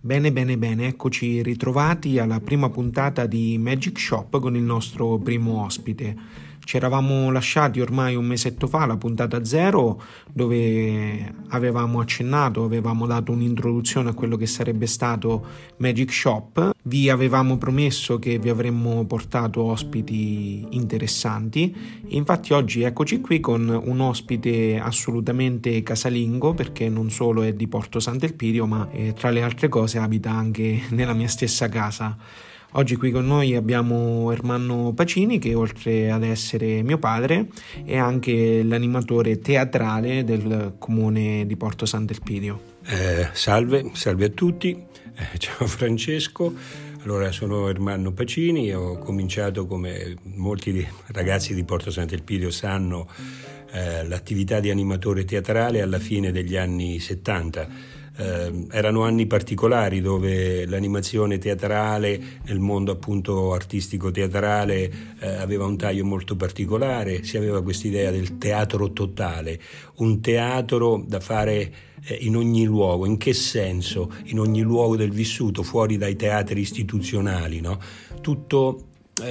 Bene, bene, bene, eccoci ritrovati alla prima puntata di Magic Shop con il nostro primo ospite. Ci eravamo lasciati ormai un mesetto fa, la puntata 0, dove avevamo accennato, avevamo dato un'introduzione a quello che sarebbe stato Magic Shop. Vi avevamo promesso che vi avremmo portato ospiti interessanti e infatti oggi eccoci qui con un ospite assolutamente casalingo, perché non solo è di Porto Sant'Elpidio, ma tra le altre cose abita anche nella mia stessa casa. Oggi qui con noi abbiamo Ermanno Pacini, che oltre ad essere mio padre è anche l'animatore teatrale del comune di Porto Sant'Elpidio. Salve a tutti, ciao Francesco. Allora, sono Ermanno Pacini, ho cominciato, come molti ragazzi di Porto Sant'Elpidio sanno, l'attività di animatore teatrale alla fine degli anni 70. Erano anni particolari dove l'animazione teatrale nel mondo appunto artistico teatrale aveva un taglio molto particolare. Si aveva quest'idea del teatro totale, un teatro da fare in ogni luogo. In che senso? In ogni luogo del vissuto, fuori dai teatri istituzionali, no? Tutto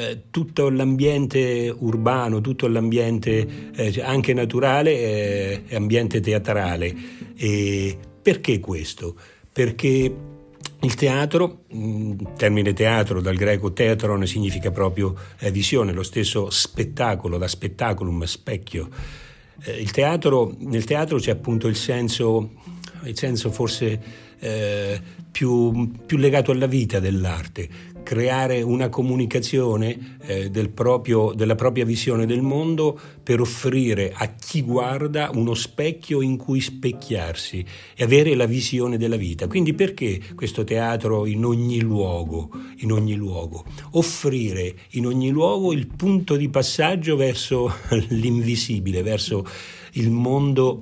l'ambiente urbano, tutto l'ambiente anche naturale è ambiente teatrale. E perché questo? Perché il teatro, il termine teatro dal greco teatron significa proprio visione, lo stesso spettacolo, da spettaculum, specchio. Nel teatro c'è appunto il senso forse più legato alla vita dell'arte, creare una comunicazione della propria visione del mondo per offrire a chi guarda uno specchio in cui specchiarsi e avere la visione della vita. Quindi perché questo teatro in ogni luogo? Offrire in ogni luogo il punto di passaggio verso l'invisibile, verso il mondo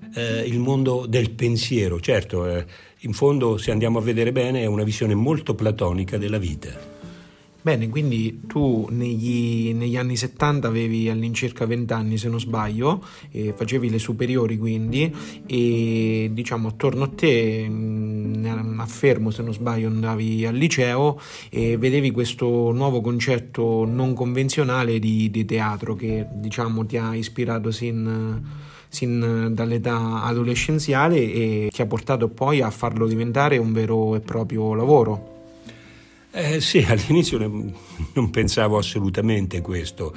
del pensiero. Certo, in fondo, se andiamo a vedere bene, è una visione molto platonica della vita. Bene, quindi tu negli anni 70 avevi all'incirca 20 anni, se non sbaglio, e facevi le superiori, quindi, e diciamo attorno a te, a Fermo, se non sbaglio, andavi al liceo e vedevi questo nuovo concetto non convenzionale di teatro che, diciamo, ti ha ispirato sin dall'età adolescenziale e ti ha portato poi a farlo diventare un vero e proprio lavoro. Sì, all'inizio non pensavo assolutamente questo.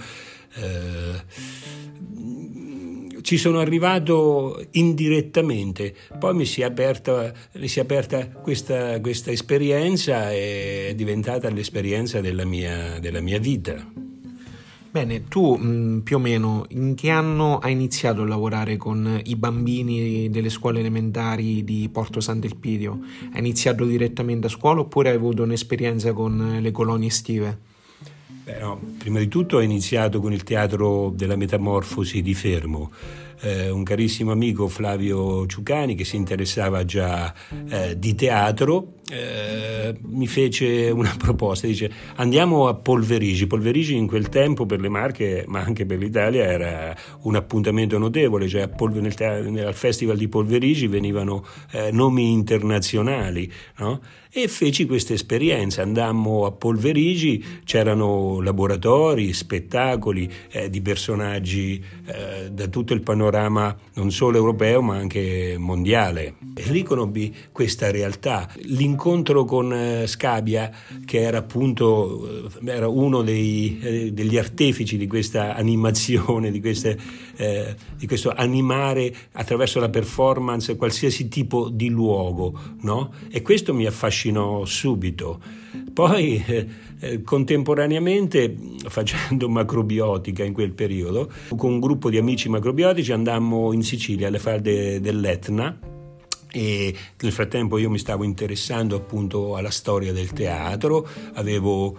Ci sono arrivato indirettamente, poi mi si è aperta questa esperienza e è diventata l'esperienza della mia vita. Bene, tu più o meno in che anno hai iniziato a lavorare con i bambini delle scuole elementari di Porto Sant'Elpidio? Hai iniziato direttamente a scuola oppure hai avuto un'esperienza con le colonie estive? No, prima di tutto ho iniziato con il teatro della Metamorfosi di Fermo. Un carissimo amico, Flavio Ciucani, che si interessava già di teatro, mi fece una proposta, dice: andiamo a Polverigi. Polverigi in quel tempo per le Marche, ma anche per l'Italia, era un appuntamento notevole, cioè al Festival di Polverigi venivano nomi internazionali, no? E feci questa esperienza, andammo a Polverigi, c'erano laboratori, spettacoli di personaggi da tutto il panorama non solo europeo ma anche mondiale. E lì conobbi questa realtà. L'incontro con Scabia, che era appunto uno degli artefici di questa animazione, di questo animare attraverso la performance qualsiasi tipo di luogo, no? E questo mi affascinò subito. Poi contemporaneamente, facendo macrobiotica in quel periodo, con un gruppo di amici macrobiotici andammo in Sicilia, alle falde dell'Etna, e nel frattempo io mi stavo interessando appunto alla storia del teatro, avevo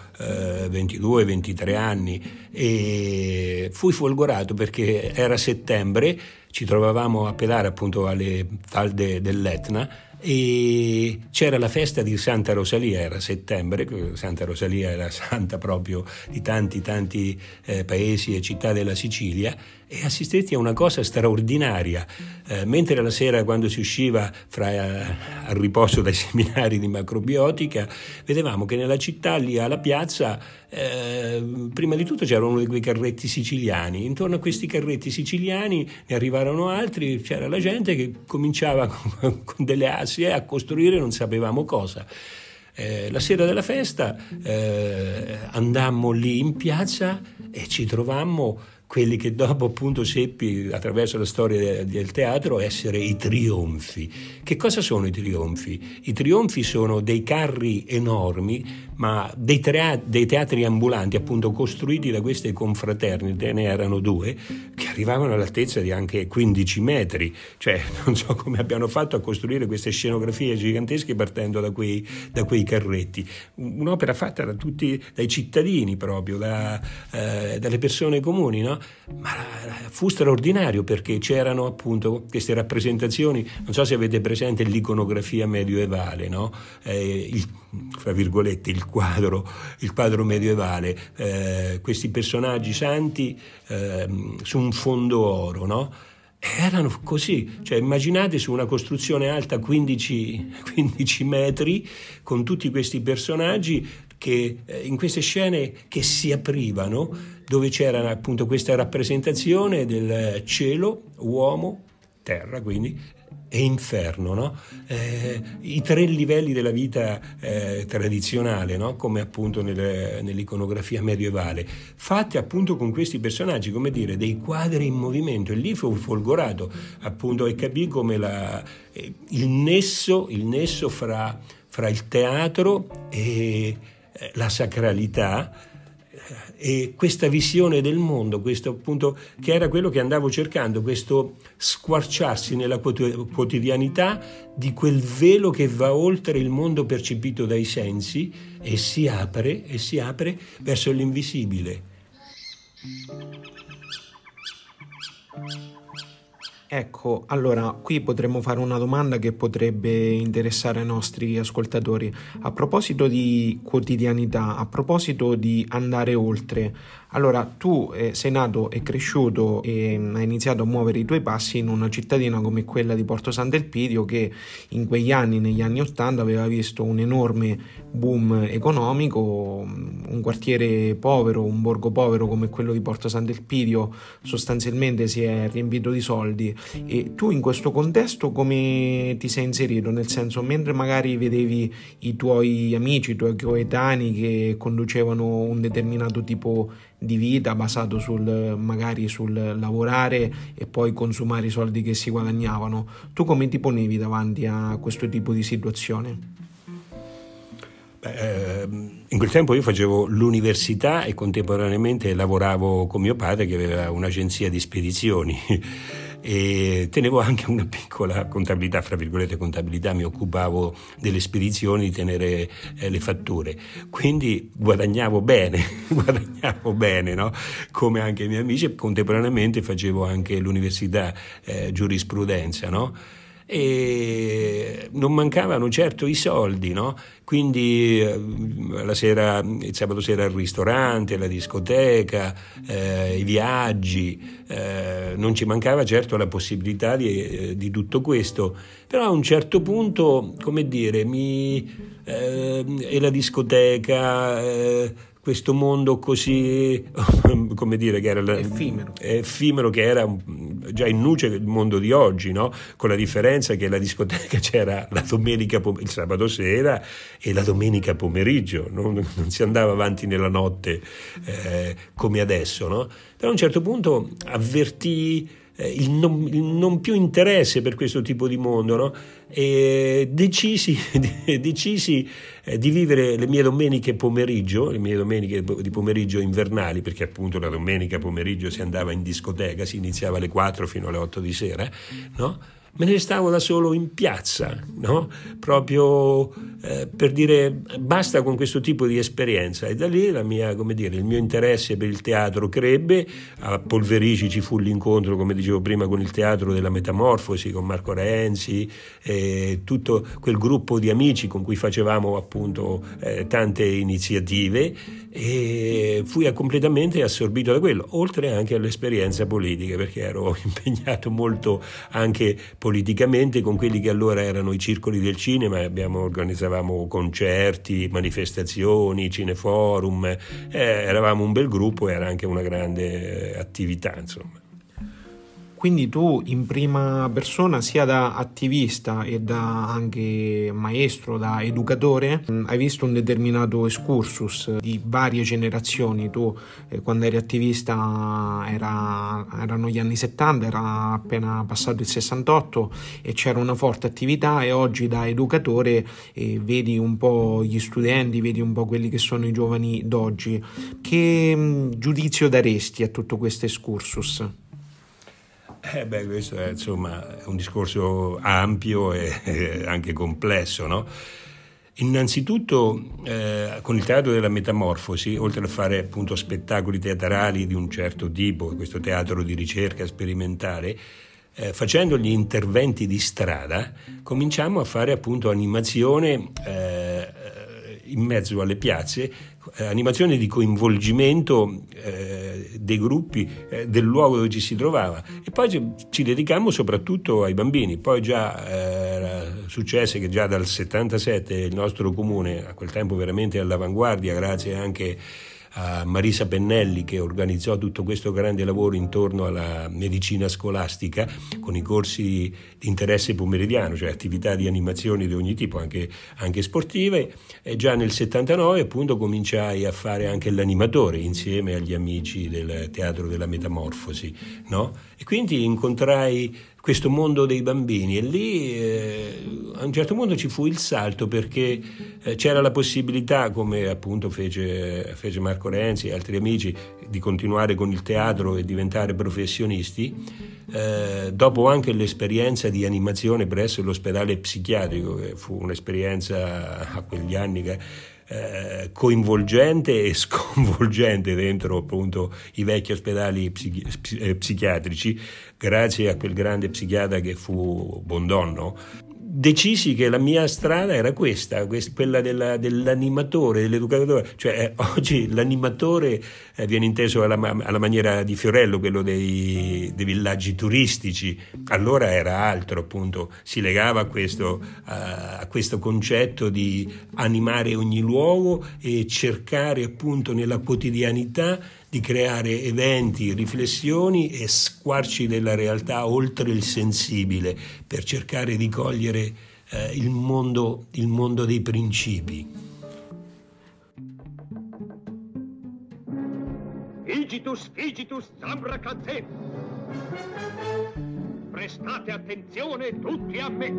22-23 anni e fui folgorato perché era settembre ci trovavamo a pedare appunto alle falde dell'Etna e c'era la festa di Santa Rosalia, era settembre, Santa Rosalia era santa proprio di tanti paesi e città della Sicilia, e assistetti a una cosa straordinaria. Mentre la sera, quando si usciva al riposo dai seminari di macrobiotica, vedevamo che nella città, lì alla piazza, prima di tutto c'era uno di quei carretti siciliani. Intorno a questi carretti siciliani ne arrivarono altri, c'era la gente che cominciava con delle assi a costruire non sapevamo cosa. La sera della festa andammo lì in piazza e ci trovammo quelli che dopo appunto seppi, attraverso la storia del teatro, essere i trionfi. Che cosa sono i trionfi? I trionfi sono dei carri enormi, ma dei teatri ambulanti, appunto costruiti da queste confraternite, ne erano due, che arrivavano all'altezza di anche 15 metri. Cioè, non so come abbiano fatto a costruire queste scenografie gigantesche partendo da quei carretti. Un'opera fatta dai cittadini proprio, dalle persone comuni, no? Ma fu straordinario, perché c'erano appunto queste rappresentazioni. Non so se avete presente l'iconografia medioevale, no? Fra virgolette il quadro medioevale, questi personaggi santi su un fondo oro, no? Erano così, cioè immaginate su una costruzione alta 15 metri, con tutti questi personaggi che in queste scene che si aprivano, dove c'era appunto questa rappresentazione del cielo, uomo, terra quindi, e inferno, no? I 3 livelli della vita tradizionale, no? Come appunto nell'iconografia medievale, fatte appunto con questi personaggi, come dire, dei quadri in movimento. E lì fu folgorato appunto, e capì come il nesso fra il teatro e la sacralità, e questa visione del mondo, questo appunto che era quello che andavo cercando, questo squarciarsi nella quotidianità di quel velo che va oltre il mondo percepito dai sensi e si apre verso l'invisibile. Ecco, allora qui potremmo fare una domanda che potrebbe interessare ai nostri ascoltatori. A proposito di quotidianità, a proposito di andare oltre, allora tu sei nato e cresciuto e hai iniziato a muovere i tuoi passi in una cittadina come quella di Porto Sant'Elpidio, che in quegli anni, negli anni '80, aveva visto un enorme boom economico, un quartiere povero, un borgo povero come quello di Porto Sant'Elpidio sostanzialmente si è riempito di soldi. E tu in questo contesto come ti sei inserito? Nel senso, mentre magari vedevi i tuoi amici, i tuoi coetanei che conducevano un determinato tipo di vita basato magari sul lavorare e poi consumare i soldi che si guadagnavano, tu come ti ponevi davanti a questo tipo di situazione? In quel tempo io facevo l'università e contemporaneamente lavoravo con mio padre, che aveva un'agenzia di spedizioni e tenevo anche una piccola contabilità, fra virgolette contabilità, mi occupavo delle spedizioni, di tenere le fatture, quindi guadagnavo bene, no? Come anche i miei amici, e contemporaneamente facevo anche l'università giurisprudenza, no? E non mancavano certo i soldi, no? Quindi la sera, il sabato sera al ristorante, la discoteca, i viaggi, non ci mancava certo la possibilità di tutto questo, però a un certo punto, come dire, e la discoteca, questo mondo così, come dire, che era effimero, che era già in nuce il mondo di oggi, no? Con la differenza che la discoteca c'era la domenica, il sabato sera e la domenica pomeriggio, no? Non si andava avanti nella notte come adesso, no? Però a un certo punto avvertii il non più interesse per questo tipo di mondo, no? E decisi di vivere le mie domeniche di pomeriggio invernali, perché appunto la domenica pomeriggio si andava in discoteca, si iniziava alle 4 fino alle 8 di sera, no? me ne stavo da solo in piazza, no? Proprio per dire basta con questo tipo di esperienza. E da lì il mio interesse per il teatro crebbe. A Polverici ci fu l'incontro, come dicevo prima, con il Teatro della Metamorfosi, con Marco Renzi e tutto quel gruppo di amici con cui facevamo appunto tante iniziative, e fui completamente assorbito da quello, oltre anche all'esperienza politica, perché ero impegnato molto anche politicamente con quelli che allora erano i circoli del cinema. Organizzavamo concerti, manifestazioni, cineforum, eravamo un bel gruppo, era anche una grande attività, insomma. Quindi tu in prima persona, sia da attivista e da anche maestro, da educatore, hai visto un determinato excursus di varie generazioni. Tu quando eri attivista erano gli anni 70, era appena passato il 68 e c'era una forte attività, e oggi da educatore vedi un po' gli studenti, vedi un po' quelli che sono i giovani d'oggi. Che giudizio daresti a tutto questo excursus? Questo è un discorso ampio e anche complesso, no? Innanzitutto con il Teatro della Metamorfosi, oltre a fare appunto spettacoli teatrali di un certo tipo, questo teatro di ricerca sperimentale, facendo gli interventi di strada cominciamo a fare appunto animazione in mezzo alle piazze, animazione di coinvolgimento dei gruppi, del luogo dove ci si trovava, e poi ci dedicammo soprattutto ai bambini. Poi già era successo che già dal 77 il nostro comune, a quel tempo veramente all'avanguardia, grazie anche a Marisa Pennelli, che organizzò tutto questo grande lavoro intorno alla medicina scolastica, con i corsi di interesse pomeridiano, cioè attività di animazione di ogni tipo, anche sportive. E già nel 79 appunto cominciai a fare anche l'animatore insieme agli amici del Teatro della Metamorfosi, no? E quindi incontrai questo mondo dei bambini, e lì a un certo punto ci fu il salto, perché c'era la possibilità, come appunto fece Marco Renzi e altri amici, di continuare con il teatro e diventare professionisti. Dopo anche l'esperienza di animazione presso l'ospedale psichiatrico, che fu un'esperienza a quegli anni coinvolgente e sconvolgente dentro appunto i vecchi ospedali psichiatrici, grazie a quel grande psichiatra che fu Bondon, decisi che la mia strada era quella dell'animatore, dell'educatore. Cioè oggi l'animatore viene inteso alla maniera di Fiorello, quello dei villaggi turistici. Allora era altro, appunto, si legava a questo concetto di animare ogni luogo e cercare appunto nella quotidianità di creare eventi, riflessioni e squarci della realtà oltre il sensibile, per cercare di cogliere il mondo dei principi. Figitus, Zambracazze! Prestate attenzione tutti a me!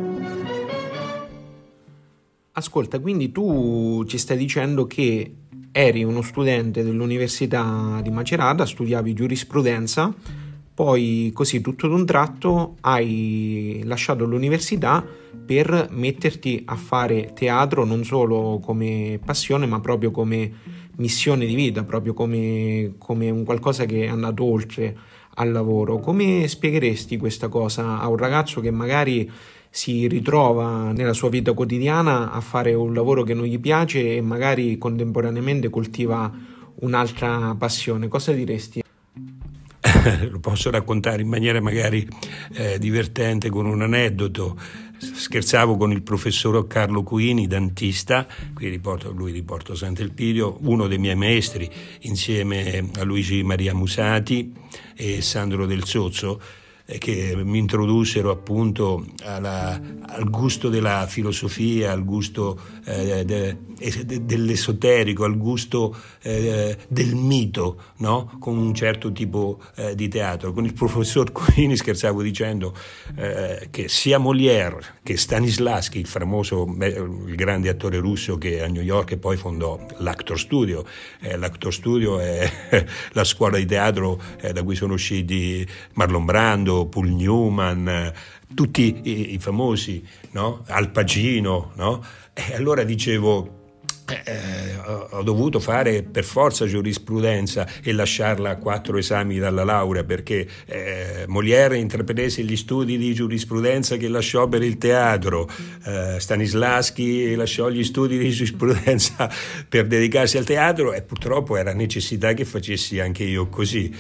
Ascolta, quindi tu ci stai dicendo che eri uno studente dell'Università di Macerata, studiavi giurisprudenza, poi così tutto d'un tratto hai lasciato l'università per metterti a fare teatro, non solo come passione ma proprio come missione di vita, proprio come un qualcosa che è andato oltre al lavoro. Come spiegheresti questa cosa a un ragazzo che magari si ritrova nella sua vita quotidiana a fare un lavoro che non gli piace e magari contemporaneamente coltiva un'altra passione? Cosa diresti? Lo posso raccontare in maniera magari divertente, con un aneddoto. Scherzavo con il professor Carlo Cuini, dantista, qui di Porto Sant'Elpidio, uno dei miei maestri, insieme a Luigi Maria Musati e Sandro Del Sozzo, che mi introdussero appunto al gusto della filosofia, al gusto dell'esoterico, al gusto del mito, no? Con un certo tipo di teatro. Con il professor Cuini scherzavo dicendo che sia Molière che Stanislavski, il grande attore russo che a New York poi fondò l'Actor Studio. L'Actor Studio è la scuola di teatro da cui sono usciti Marlon Brando, ricordo Paul Newman, tutti i famosi, no? Al Pacino, no? E allora dicevo, ho dovuto fare per forza giurisprudenza e lasciarla a 4 esami dalla laurea, perché Molière intraprese gli studi di giurisprudenza che lasciò per il teatro, Stanislavski lasciò gli studi di giurisprudenza per dedicarsi al teatro, e purtroppo era necessità che facessi anche io così.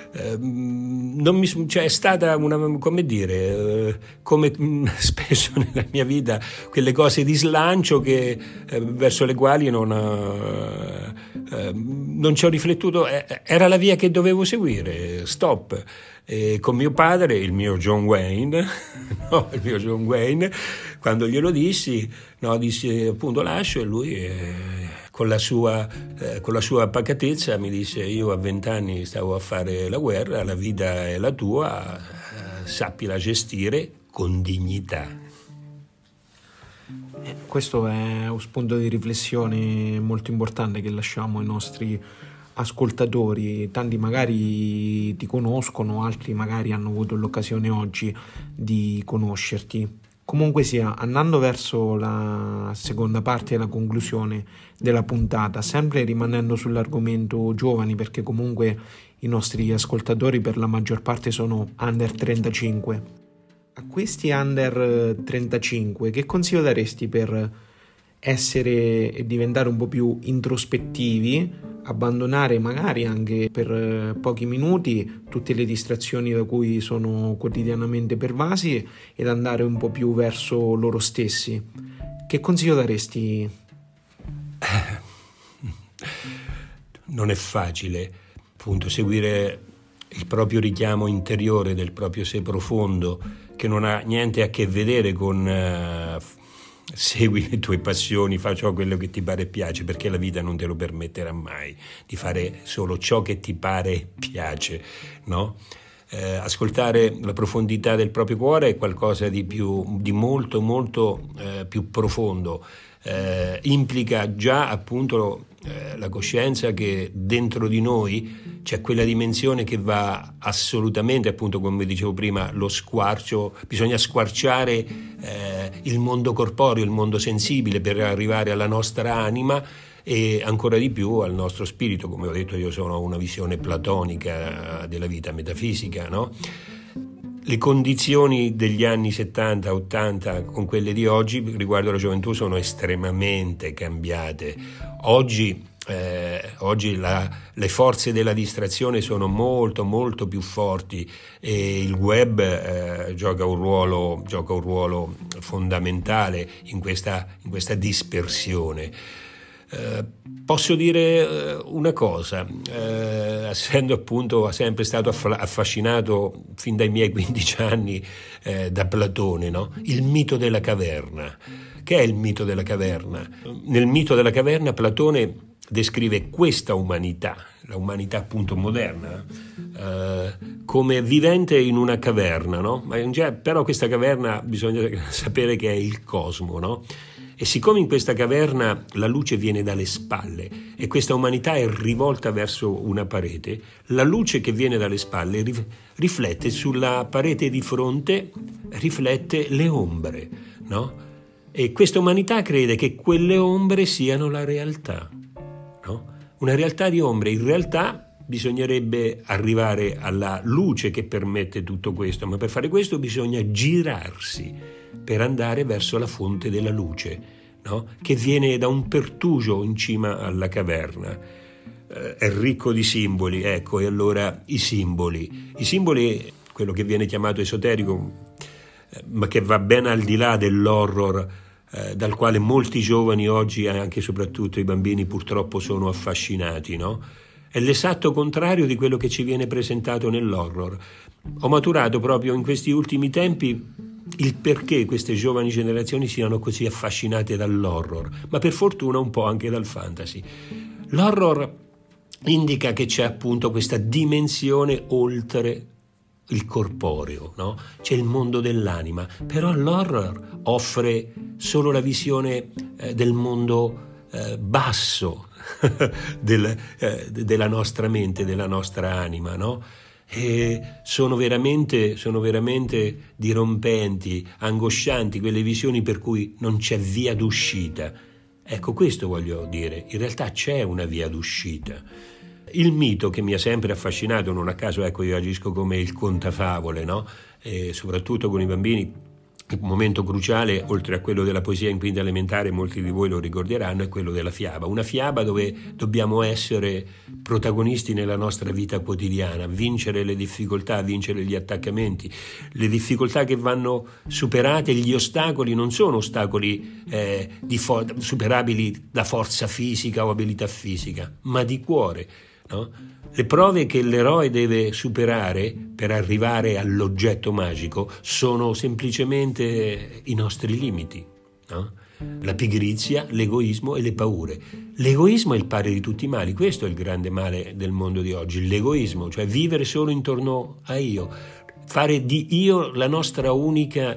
È stata come dire, come spesso nella mia vita, quelle cose di slancio che verso le quali non ci ho riflettuto. Era la via che dovevo seguire, stop. E con mio padre, il mio John Wayne, no, il mio John Wayne, quando glielo dissi, no, dissi appunto lascio, e lui con la sua pacatezza mi disse: io a 20 anni stavo a fare la guerra, la vita è la tua, sappila gestire con dignità. Questo è un spunto di riflessione molto importante che lasciamo ai nostri ascoltatori. Tanti magari ti conoscono, altri magari hanno avuto l'occasione oggi di conoscerti. Comunque sia, andando verso la seconda parte e la conclusione della puntata, sempre rimanendo sull'argomento giovani, perché comunque i nostri ascoltatori per la maggior parte sono under 35. A questi under 35 che consiglio daresti per essere e diventare un po' più introspettivi, abbandonare magari anche per pochi minuti tutte le distrazioni da cui sono quotidianamente pervasi ed andare un po' più verso loro stessi? Che consiglio daresti? Non è facile, appunto, seguire il proprio richiamo interiore del proprio sé profondo, che non ha niente a che vedere con segui le tue passioni, fa ciò quello che ti pare e piace, perché la vita non te lo permetterà mai di fare solo ciò che ti pare e piace, no? Ascoltare la profondità del proprio cuore è qualcosa di molto molto più profondo. Implica già appunto la coscienza che dentro di noi c'è quella dimensione che va assolutamente, appunto come dicevo prima, lo squarcio, bisogna squarciare il mondo corporeo, il mondo sensibile, per arrivare alla nostra anima e ancora di più al nostro spirito. Come ho detto, io sono una visione platonica della vita, metafisica, no? Le condizioni degli anni 70-80 con quelle di oggi riguardo alla gioventù sono estremamente cambiate. Oggi le forze della distrazione sono molto molto più forti e il web gioca un ruolo fondamentale in questa dispersione. Posso dire una cosa, essendo appunto sempre stato affascinato fin dai miei 15 anni da Platone, no? Il mito della caverna. Che è il mito della caverna? Nel mito della caverna Platone descrive questa umanità, la umanità appunto moderna, come vivente in una caverna, no? Però questa caverna bisogna sapere che è il cosmo, no? E siccome in questa caverna la luce viene dalle spalle e questa umanità è rivolta verso una parete, la luce che viene dalle spalle riflette sulla parete di fronte, riflette le ombre, no? E questa umanità crede che quelle ombre siano la realtà, no? Una realtà di ombre. In realtà bisognerebbe arrivare alla luce che permette tutto questo, ma per fare questo bisogna girarsi per andare verso la fonte della luce, no? Che viene da un pertugio in cima alla caverna. È ricco di simboli, ecco, e allora i simboli, quello che viene chiamato esoterico, ma che va ben al di là dell'horror, dal quale molti giovani oggi, anche e soprattutto i bambini, purtroppo sono affascinati, no? È l'esatto contrario di quello che ci viene presentato nell'horror. Ho maturato proprio in questi ultimi tempi il perché queste giovani generazioni siano così affascinate dall'horror, ma per fortuna un po' anche dal fantasy. L'horror indica che c'è appunto questa dimensione oltre il corporeo, no? C'è il mondo dell'anima, però l'horror offre solo la visione del mondo basso della nostra mente, della nostra anima, no? Sono veramente dirompenti, angoscianti quelle visioni per cui non c'è via d'uscita. Ecco, questo voglio dire, in realtà c'è una via d'uscita. Il mito che mi ha sempre affascinato, non a caso ecco io agisco come il contafavole, no? E soprattutto con i bambini. Il momento cruciale, oltre a quello della poesia in quinta elementare, molti di voi lo ricorderanno, è quello della fiaba. Una fiaba dove dobbiamo essere protagonisti nella nostra vita quotidiana, vincere le difficoltà, vincere gli attaccamenti, le difficoltà che vanno superate, gli ostacoli non sono ostacoli superabili da forza fisica o abilità fisica, ma di cuore, no? Le prove che l'eroe deve superare per arrivare all'oggetto magico sono semplicemente i nostri limiti, no? La pigrizia, l'egoismo e le paure. L'egoismo è il padre di tutti i mali, questo è il grande male del mondo di oggi, l'egoismo, cioè vivere solo intorno a io, fare di io la nostra unica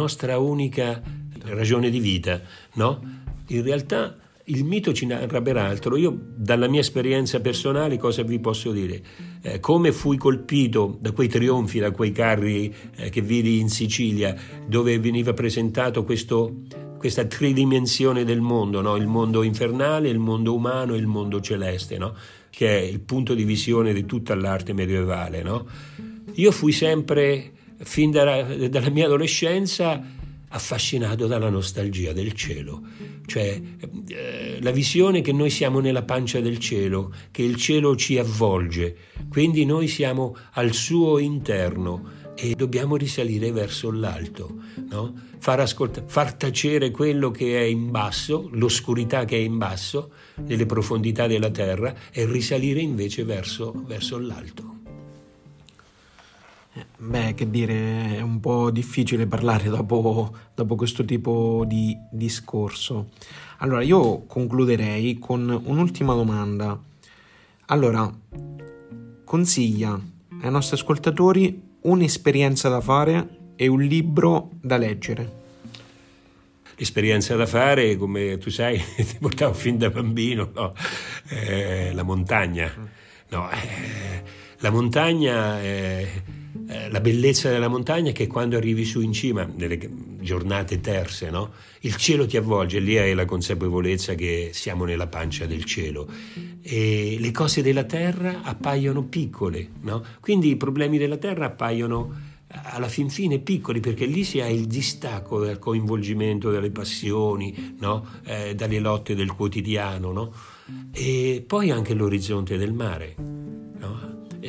ragione di vita, no? In realtà il mito ci narra peraltro. Io dalla mia esperienza personale cosa vi posso dire? Come fui colpito da quei trionfi, da quei carri che vidi in Sicilia, dove veniva presentato questa tridimensione del mondo, no? Il mondo infernale, il mondo umano e il mondo celeste, no? Che è il punto di visione di tutta l'arte medievale, no? Io fui sempre, fin dalla mia adolescenza, affascinato dalla nostalgia del cielo, cioè la visione che noi siamo nella pancia del cielo, che il cielo ci avvolge, quindi noi siamo al suo interno e dobbiamo risalire verso l'alto, no? Far tacere quello che è in basso, l'oscurità che è in basso, nelle profondità della terra, e risalire invece verso l'alto. Beh, che dire, è un po' difficile parlare dopo questo tipo di discorso. Allora, io concluderei con un'ultima domanda. Allora, consiglia ai nostri ascoltatori un'esperienza da fare e un libro da leggere. L'esperienza da fare, come tu sai, ti portavo fin da bambino, no? La montagna. No, la montagna, la bellezza della montagna è che quando arrivi su in cima, nelle giornate terse, no? Il cielo ti avvolge, lì hai la consapevolezza che siamo nella pancia del cielo e le cose della terra appaiono piccole, no? Quindi i problemi della terra appaiono alla fin fine piccoli, perché lì si ha il distacco dal coinvolgimento delle passioni, no? Dalle lotte del quotidiano, no? E poi anche l'orizzonte del mare, no?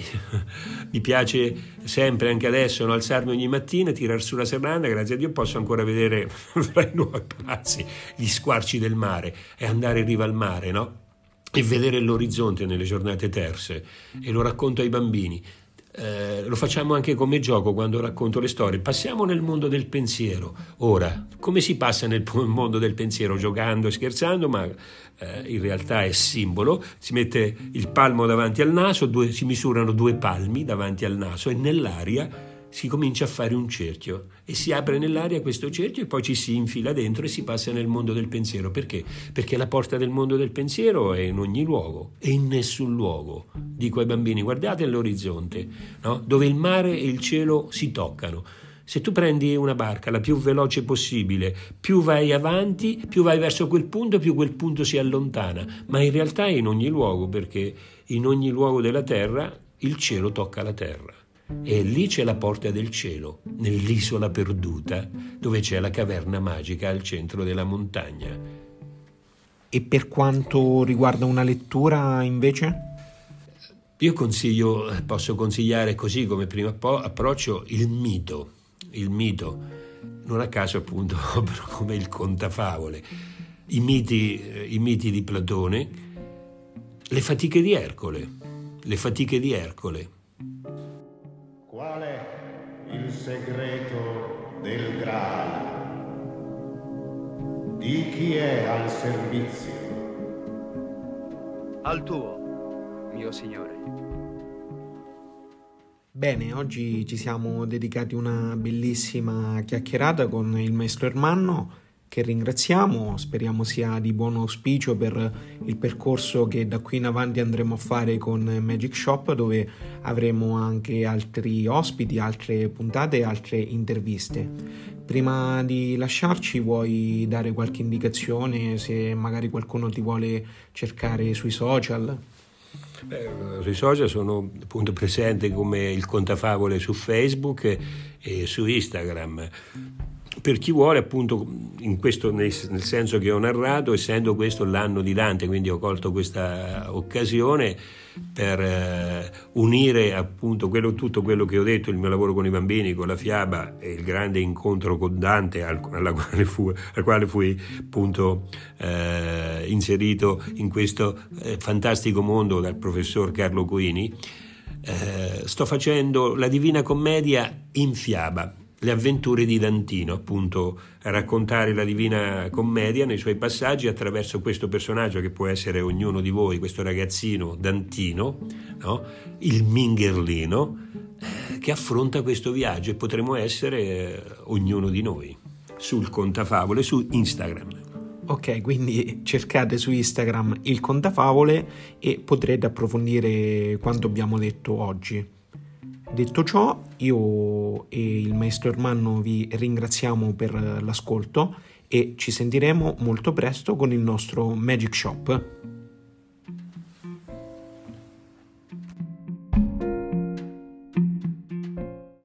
Mi piace sempre, anche adesso, no? Alzarmi ogni mattina, tirar su la serranda, grazie a Dio posso ancora vedere fra i nuovi palazzi gli squarci del mare e andare in riva al mare, no? E vedere l'orizzonte nelle giornate terse, e lo racconto ai bambini. Lo facciamo anche come gioco quando racconto le storie. Passiamo nel mondo del pensiero. Ora, come si passa nel mondo del pensiero? Giocando e scherzando, ma in realtà è simbolo. Si mette il palmo davanti al naso, si misurano 2 palmi davanti al naso e nell'aria si comincia a fare un cerchio e si apre nell'aria questo cerchio e poi ci si infila dentro e si passa nel mondo del pensiero. Perché? Perché la porta del mondo del pensiero è in ogni luogo e in nessun luogo. Dico ai bambini: guardate l'orizzonte, no? Dove il mare e il cielo si toccano. Se tu prendi una barca la più veloce possibile, più vai avanti, più vai verso quel punto, più quel punto si allontana, ma in realtà è in ogni luogo, perché in ogni luogo della terra il cielo tocca la terra. E lì c'è la porta del cielo, nell'isola perduta, dove c'è la caverna magica al centro della montagna. E per quanto riguarda una lettura, invece? Io posso consigliare, così come primo approccio, il mito. Non a caso appunto come il contafavole. I miti di Platone, le fatiche di Ercole. Qual è il segreto del Graal? Di chi è al servizio? Al tuo, mio signore. Bene, oggi ci siamo dedicati una bellissima chiacchierata con il maestro Ermanno che ringraziamo, speriamo sia di buon auspicio per il percorso che da qui in avanti andremo a fare con Magic Shop, dove avremo anche altri ospiti, altre puntate e altre interviste. Prima di lasciarci, vuoi dare qualche indicazione se magari qualcuno ti vuole cercare sui social? Sui social sono appunto presente come il Contafavole su Facebook e su Instagram. Per chi vuole, appunto, in questo, nel senso che ho narrato, essendo questo l'anno di Dante, quindi ho colto questa occasione per unire appunto tutto quello che ho detto, il mio lavoro con i bambini, con la fiaba e il grande incontro con Dante al quale fui appunto inserito in questo fantastico mondo dal professor Carlo Coini. Sto facendo la Divina Commedia in fiaba, le avventure di Dantino, appunto a raccontare la Divina Commedia nei suoi passaggi attraverso questo personaggio che può essere ognuno di voi, questo ragazzino Dantino, no? Il Mingherlino, che affronta questo viaggio, e potremo essere ognuno di noi sul Contafavole su Instagram. Ok, quindi cercate su Instagram il Contafavole e potrete approfondire quanto abbiamo detto oggi. Detto ciò, io e il maestro Ermanno vi ringraziamo per l'ascolto e ci sentiremo molto presto con il nostro Magic Shop.